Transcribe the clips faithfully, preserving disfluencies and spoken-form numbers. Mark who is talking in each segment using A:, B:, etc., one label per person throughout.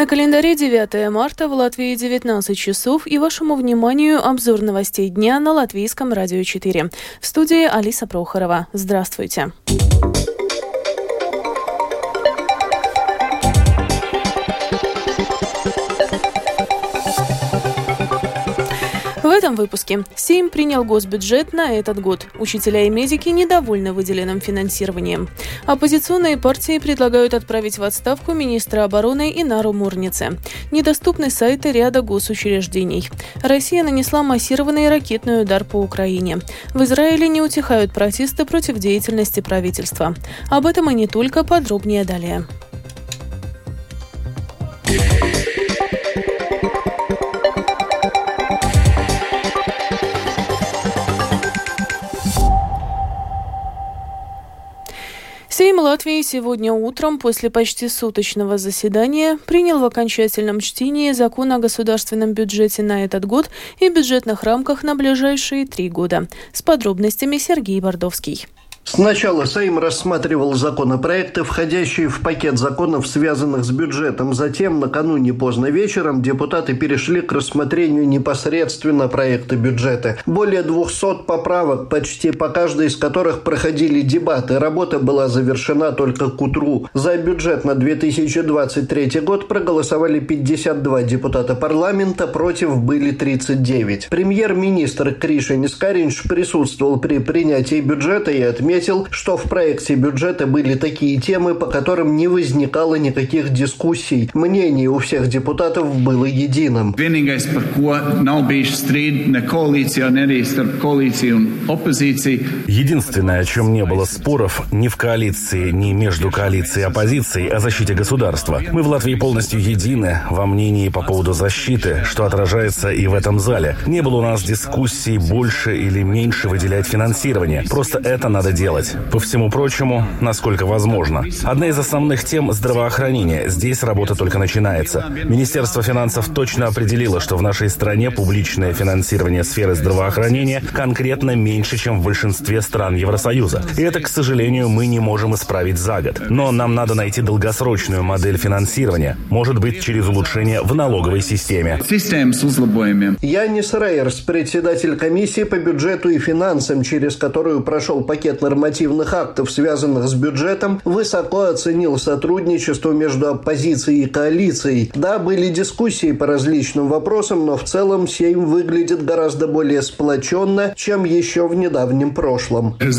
A: На календаре девятое марта, в Латвии девятнадцать часов, и вашему вниманию обзор новостей дня на Латвийском радио четыре. В студии Алиса Прохорова. Здравствуйте. В этом выпуске. Сейм принял госбюджет на этот год. Учителя и медики недовольны выделенным финансированием. Оппозиционные партии предлагают отправить в отставку министра обороны Инару Мурнице. Недоступны сайты ряда госучреждений. Россия нанесла массированный ракетный удар по Украине. В Израиле не утихают протесты против деятельности правительства. Об этом и не только, подробнее далее. Сейм Латвии сегодня утром после почти суточного заседания принял в окончательном чтении закон о государственном бюджете на этот год и бюджетных рамках на ближайшие три года. С подробностями Сергей Бардовский.
B: Сначала Сейм рассматривал законопроекты, входящие в пакет законов, связанных с бюджетом. Затем, накануне поздно вечером, депутаты перешли к рассмотрению непосредственно проекта бюджета. Более двухсот поправок, почти по каждой из которых проходили дебаты. Работа была завершена только к утру. За бюджет на две тысячи двадцать третий год проголосовали пятьдесят два депутата парламента, против были тридцать девять. Премьер-министр Кришьянис Кариньш присутствовал при принятии бюджета и отметил, что в проекте бюджета были такие темы, по которым не возникало никаких дискуссий. Мнение у всех депутатов было единым.
C: Единственное, о чем не было споров ни в коалиции, ни между коалицией и оппозицией, о защите государства. Мы в Латвии полностью едины во мнении по поводу защиты, что отражается и в этом зале. Не было у нас дискуссий больше или меньше выделять финансирование. Просто это надо делать. делать. По всему прочему, насколько возможно. Одна из основных тем – здравоохранение. Здесь работа только начинается. Министерство финансов точно определило, что в нашей стране публичное финансирование сферы здравоохранения конкретно меньше, чем в большинстве стран Евросоюза. И это, к сожалению, мы не можем исправить за год. Но нам надо найти долгосрочную модель финансирования. Может быть, через улучшение в налоговой системе.
B: Янис Рейерс, председатель комиссии по бюджету и финансам, через которую прошел пакет нормативных актов, связанных с бюджетом, высоко оценил сотрудничество между оппозицией и коалицией. Да, были дискуссии по различным вопросам, но в целом Сейм выглядит гораздо более сплоченно, чем еще в недавнем прошлом.
C: Я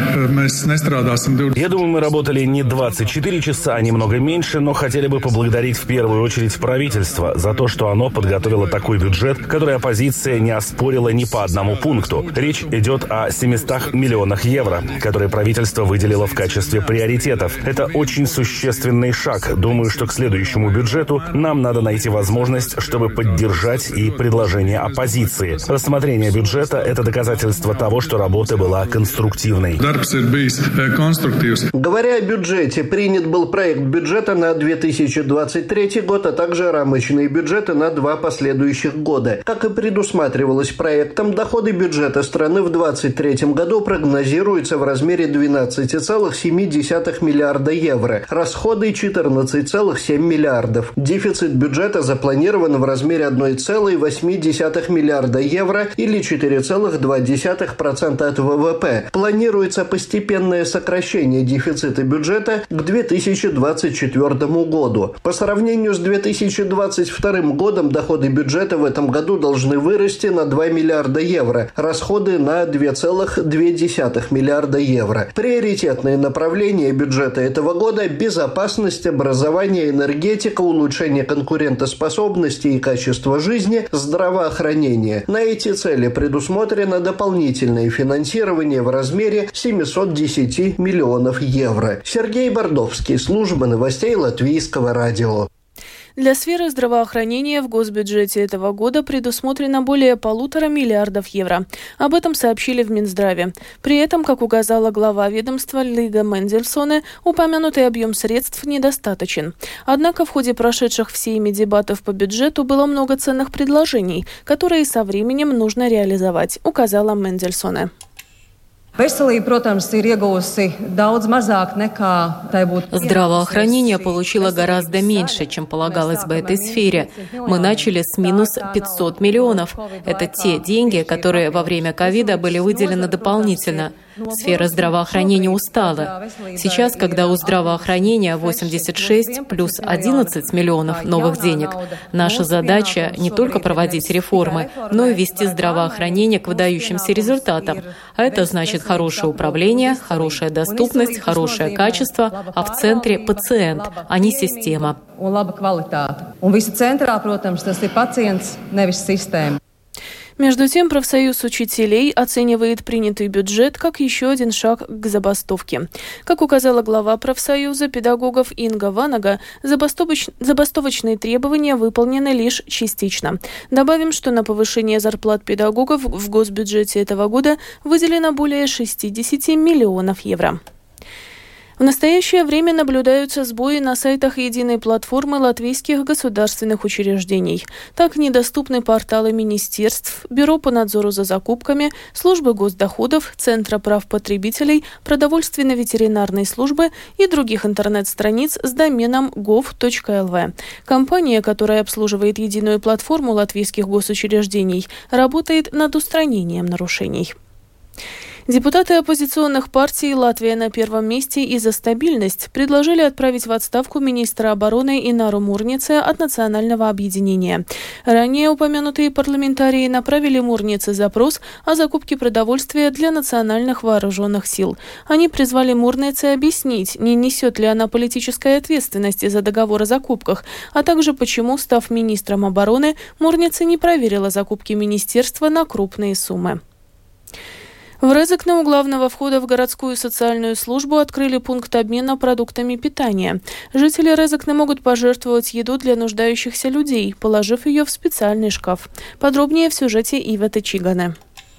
C: думаю, мы работали не двадцать четыре часа, а немного меньше, но хотели бы поблагодарить в первую очередь правительство за то, что оно подготовило такой бюджет, который оппозиция не оспорила ни по одному пункту. Речь идет о семистах миллионах евро, которые правительство выделило в качестве приоритетов. Это очень существенный шаг. Думаю, что к следующему бюджету нам надо найти возможность, чтобы поддержать и предложения оппозиции. Рассмотрение бюджета – это доказательство того, что работа была конструктивной.
B: Говоря о бюджете, принят был проект бюджета на две тысячи двадцать третий год, а также рамочные бюджеты на два последующих года. Как и предусматривалось проектом, доходы бюджета страны в две тысячи двадцать третьем году прогнозируются в размере двенадцать целых семь десятых миллиарда евро, расходы четырнадцать целых семь миллиардов. Дефицит бюджета запланирован в размере одна целая восемь десятых миллиарда евро или четыре целых два десятых процента от ВВП. Планируется постепенное сокращение дефицита бюджета к две тысячи двадцать четвёртому году. По сравнению с две тысячи двадцать вторым годом доходы бюджета в этом году должны вырасти на два миллиарда евро, расходы на две целых две десятых миллиарда евро. Приоритетные направления бюджета этого года – безопасность, образование, энергетика, улучшение конкурентоспособности и качества жизни, здравоохранение. На эти цели предусмотрено дополнительное финансирование в размере семьсот десять миллионов евро. Сергей Бардовский, служба новостей Латвийского радио.
A: Для сферы здравоохранения в госбюджете этого года предусмотрено более полутора миллиардов евро. Об этом сообщили в Минздраве. При этом, как указала глава ведомства Лига Мендельсоне, упомянутый объем средств недостаточен. Однако в ходе прошедших в Сейме дебатов по бюджету было много ценных предложений, которые со временем нужно реализовать, указала Мендельсоне.
D: Здравоохранение получило гораздо меньше, чем полагалось бы этой сфере. Мы начали с минус пятьсот миллионов. Это те деньги, которые во время ковида были выделены дополнительно. Сфера здравоохранения устала. Сейчас, когда у здравоохранения восемьдесят шесть плюс одиннадцать миллионов новых денег, наша задача не только проводить реформы, но и вести здравоохранение к выдающимся результатам. А это значит хорошее управление, хорошая доступность, хорошее качество, а в центре пациент, а не система.
A: Между тем, профсоюз учителей оценивает принятый бюджет как еще один шаг к забастовке. Как указала глава профсоюза педагогов Инга Ванага, забастовоч... забастовочные требования выполнены лишь частично. Добавим, что на повышение зарплат педагогов в госбюджете этого года выделено более шестьдесят миллионов евро. В настоящее время наблюдаются сбои на сайтах единой платформы латвийских государственных учреждений. Так, недоступны порталы министерств, Бюро по надзору за закупками, Службы госдоходов, Центра прав потребителей, Продовольственно-ветеринарной службы и других интернет-страниц с доменом гов точка эл ви. Компания, которая обслуживает единую платформу латвийских госучреждений, работает над устранением нарушений. Депутаты оппозиционных партий «Латвия на первом месте» и «За стабильность» предложили отправить в отставку министра обороны Инару Мурнице от Национального объединения. Ранее упомянутые парламентарии направили Мурнице запрос о закупке продовольствия для национальных вооруженных сил. Они призвали Мурнице объяснить, не несет ли она политической ответственности за договор о закупках, а также почему, став министром обороны, Мурнице не проверила закупки министерства на крупные суммы. В Резекне у главного входа в городскую социальную службу открыли пункт обмена продуктами питания. Жители Резекне могут пожертвовать еду для нуждающихся людей, положив ее в специальный шкаф. Подробнее в сюжете Иветы Чигане.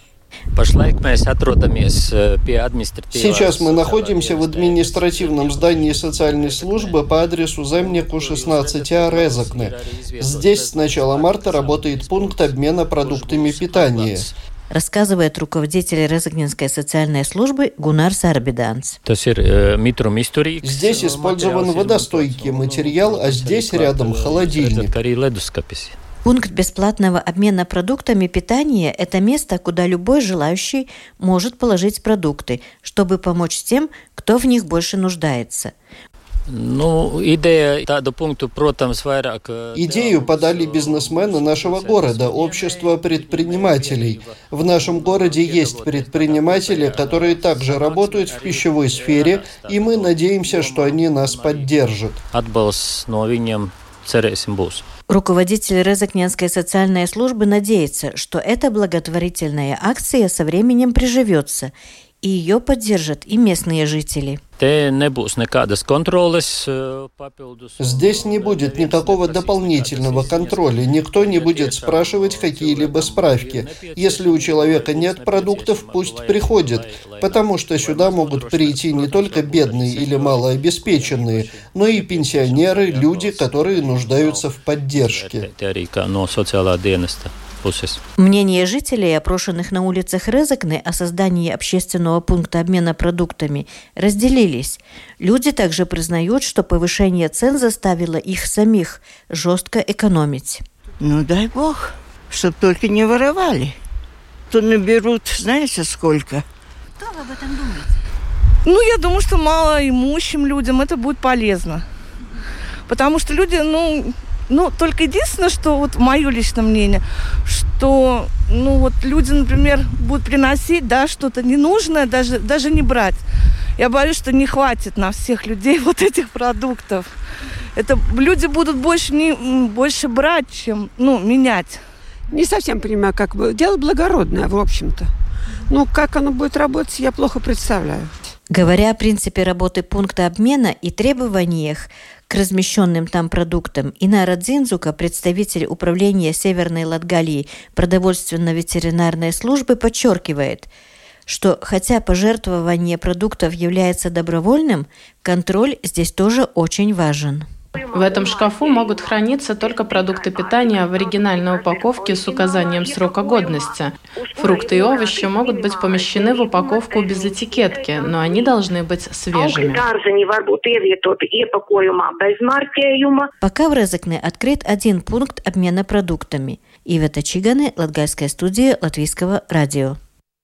B: Сейчас мы находимся в административном здании социальной службы по адресу Земнику шестнадцать А, Резекне. Здесь с начала марта работает пункт обмена продуктами питания,
E: рассказывает руководитель Резекненской социальной службы Гунар Сарбиданс.
B: Здесь использован водостойкий материал, а здесь рядом холодильник.
E: Пункт бесплатного обмена продуктами питания – это место, куда любой желающий может положить продукты, чтобы помочь тем, кто в них больше нуждается.
B: Идею подали бизнесмены нашего города, общество предпринимателей. В нашем городе есть предприниматели, которые также работают в пищевой сфере, и мы надеемся, что они нас поддержат.
E: Руководитель Резекненской социальной службы надеется, что эта благотворительная акция со временем приживется, и ее поддержат и местные жители.
B: Здесь не будет никакого дополнительного контроля, никто не будет спрашивать какие-либо справки. Если у человека нет продуктов, пусть приходит, потому что сюда могут прийти не только бедные или малообеспеченные, но и пенсионеры, люди, которые нуждаются в поддержке.
E: Мнения жителей, опрошенных на улицах Резекне о создании общественного пункта обмена продуктами, разделились. Люди также признают, что повышение цен заставило их самих жестко экономить.
F: Ну дай бог, чтоб только не воровали. То наберут, знаете, сколько?
E: Что вы об этом думаете?
G: Ну, я думаю, что малоимущим людям это будет полезно. Потому что люди, ну... Ну, только единственное, что вот мое личное мнение, что, ну, вот люди, например, будут приносить, да, что-то ненужное, даже, даже не брать. Я боюсь, что не хватит на всех людей вот этих продуктов. Это люди будут больше, не, больше брать, чем, ну, менять.
H: Не совсем понимаю, как бы. Дело благородное, в общем-то. Ну, как оно будет работать, я плохо представляю.
E: Говоря о принципе работы пункта обмена и требованиях к размещенным там продуктам, Инара Дзинзука, представитель управления Северной Латгалии продовольственно-ветеринарной службы, подчеркивает, что хотя пожертвование продуктов является добровольным, контроль здесь тоже очень важен.
I: В этом шкафу могут храниться только продукты питания в оригинальной упаковке с указанием срока годности. Фрукты и овощи могут быть помещены в упаковку без этикетки, но они должны быть свежими.
E: Пока в Резекне открыт один пункт обмена продуктами. Ивета Чиганы, Латгальская студия Латвийского радио.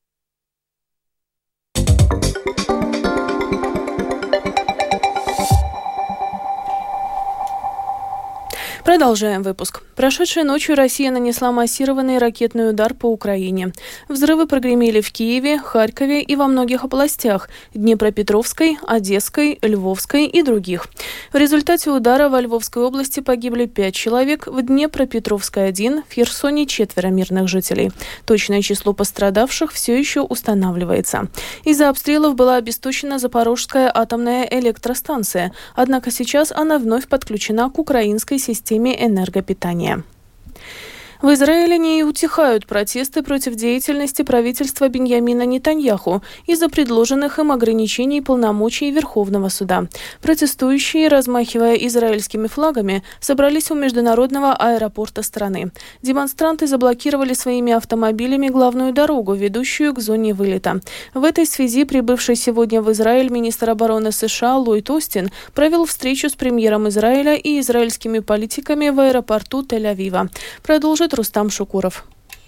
A: Продолжаем выпуск. Прошедшей ночью Россия нанесла массированный ракетный удар по Украине. Взрывы прогремели в Киеве, Харькове и во многих областях – Днепропетровской, Одесской, Львовской и других. В результате удара во Львовской области погибли пять человек, в Днепропетровской – один, в Херсоне – четверо мирных жителей. Точное число пострадавших все еще устанавливается. Из-за обстрелов была обесточена Запорожская атомная электростанция, однако сейчас она вновь подключена к украинской системе энергопитания. В Израиле не утихают протесты против деятельности правительства Биньямина Нетаньяху из-за предложенных им ограничений полномочий Верховного суда. Протестующие, размахивая израильскими флагами, собрались у международного аэропорта страны. Демонстранты заблокировали своими автомобилями главную дорогу, ведущую к зоне вылета. В этой связи прибывший сегодня в Израиль министр обороны США Ллойд Остин провел встречу с премьером Израиля и израильскими политиками в аэропорту Тель-Авива. Продолжит Рустам Шукуров.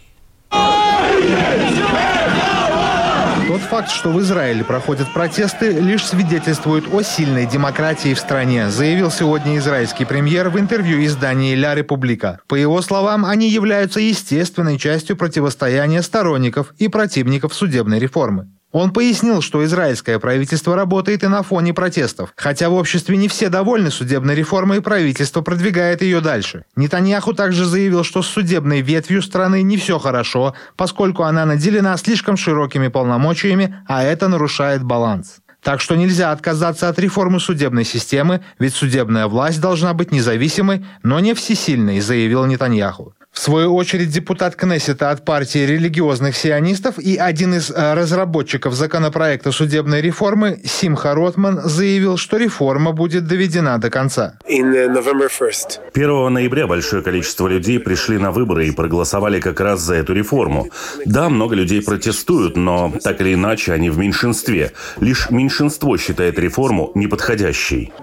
J: Тот факт, что в Израиле проходят протесты, лишь свидетельствует о сильной демократии в стране, заявил сегодня израильский премьер в интервью изданию «Ля Република». По его словам, они являются естественной частью противостояния сторонников и противников судебной реформы. Он пояснил, что израильское правительство работает и на фоне протестов. Хотя в обществе не все довольны судебной реформой, правительство продвигает ее дальше. Нетаньяху также заявил, что с судебной ветвью страны не все хорошо, поскольку она наделена слишком широкими полномочиями, а это нарушает баланс. Так что нельзя отказаться от реформы судебной системы, ведь судебная власть должна быть независимой, но не всесильной, заявил Нетаньяху. В свою очередь, депутат Кнессета от партии религиозных сионистов и один из разработчиков законопроекта судебной реформы Симха Ротман заявил, что реформа будет доведена до конца.
C: первого ноября большое количество людей пришли на выборы и проголосовали как раз за эту реформу. Да, много людей протестуют, но так или иначе они в меньшинстве. Лишь меньшинство считает реформу неподходящей.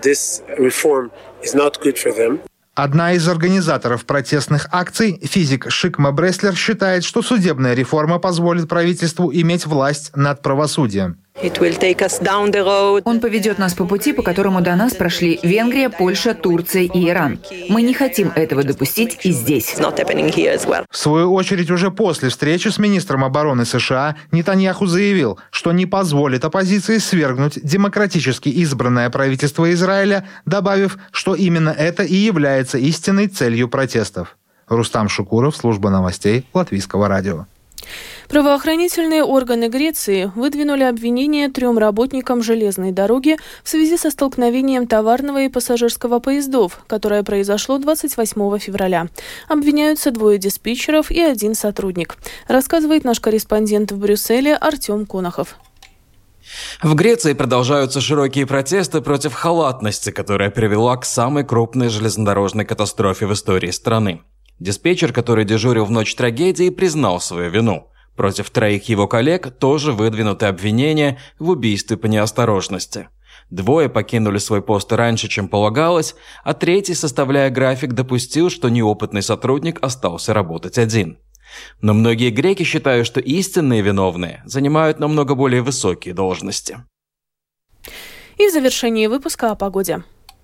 J: Одна из организаторов протестных акций, физик Шикма Бреслер, считает, что судебная реформа позволит правительству иметь власть над правосудием.
K: Он поведет нас по пути, по которому до нас прошли Венгрия, Польша, Турция и Иран. Мы не хотим этого допустить и здесь.
J: В свою очередь, уже после встречи с министром обороны США Нетаньяху заявил, что не позволит оппозиции свергнуть демократически избранное правительство Израиля, добавив, что именно это и является истинной целью протестов. Рустам Шукуров, служба новостей Латвийского радио.
A: Правоохранительные органы Греции выдвинули обвинения трем работникам железной дороги в связи со столкновением товарного и пассажирского поездов, которое произошло двадцать восьмого февраля. Обвиняются двое диспетчеров и один сотрудник. Рассказывает наш корреспондент в Брюсселе Артем Конохов.
L: В Греции продолжаются широкие протесты против халатности, которая привела к самой крупной железнодорожной катастрофе в истории страны. Диспетчер, который дежурил в ночь трагедии, признал свою вину. Против троих его коллег тоже выдвинуты обвинения в убийстве по неосторожности. Двое покинули свой пост раньше, чем полагалось, а третий, составляя график, допустил, что неопытный сотрудник остался работать один. Но многие греки считают, что истинные виновные занимают намного более высокие должности.
A: И в завершении выпуска о погоде.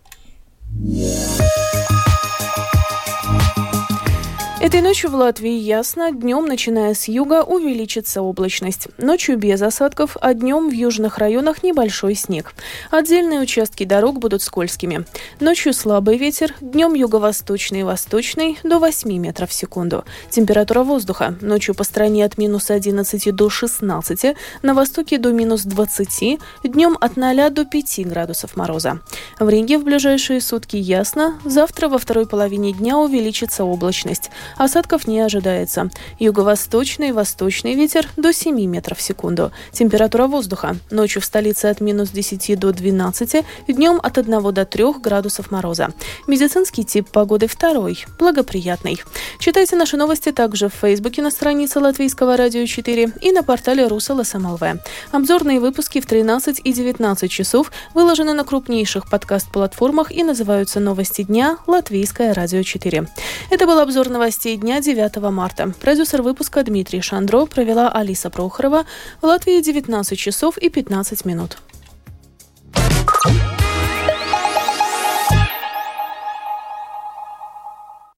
A: Этой ночью в Латвии ясно, днем, начиная с юга, увеличится облачность. Ночью без осадков, а днем в южных районах небольшой снег. Отдельные участки дорог будут скользкими. Ночью слабый ветер, днем юго-восточный и восточный до восьми метров в секунду. Температура воздуха ночью по стране от минус одиннадцати до шестнадцати, на востоке до минус двадцати, днем от ноля до пяти градусов мороза. В Риге в ближайшие сутки ясно, завтра во второй половине дня увеличится облачность. Осадков не ожидается. Юго-восточный и восточный ветер до семи метров в секунду. Температура воздуха. Ночью в столице от минус десяти до двенадцати, днем от одного до трёх градусов мороза. Медицинский тип погоды второй, благоприятный. Читайте наши новости также в Фейсбуке на странице Латвийского радио четыре и на портале Русл СМЛВ. Обзорные выпуски в тринадцать и девятнадцать часов выложены на крупнейших подкаст-платформах и называются «Новости дня. Латвийское радио четыре». Это был обзор новостей дня девятого марта. Продюсер выпуска Дмитрий Шандро, провела Алиса Прохорова. В Латвии девятнадцать часов и пятнадцать минут.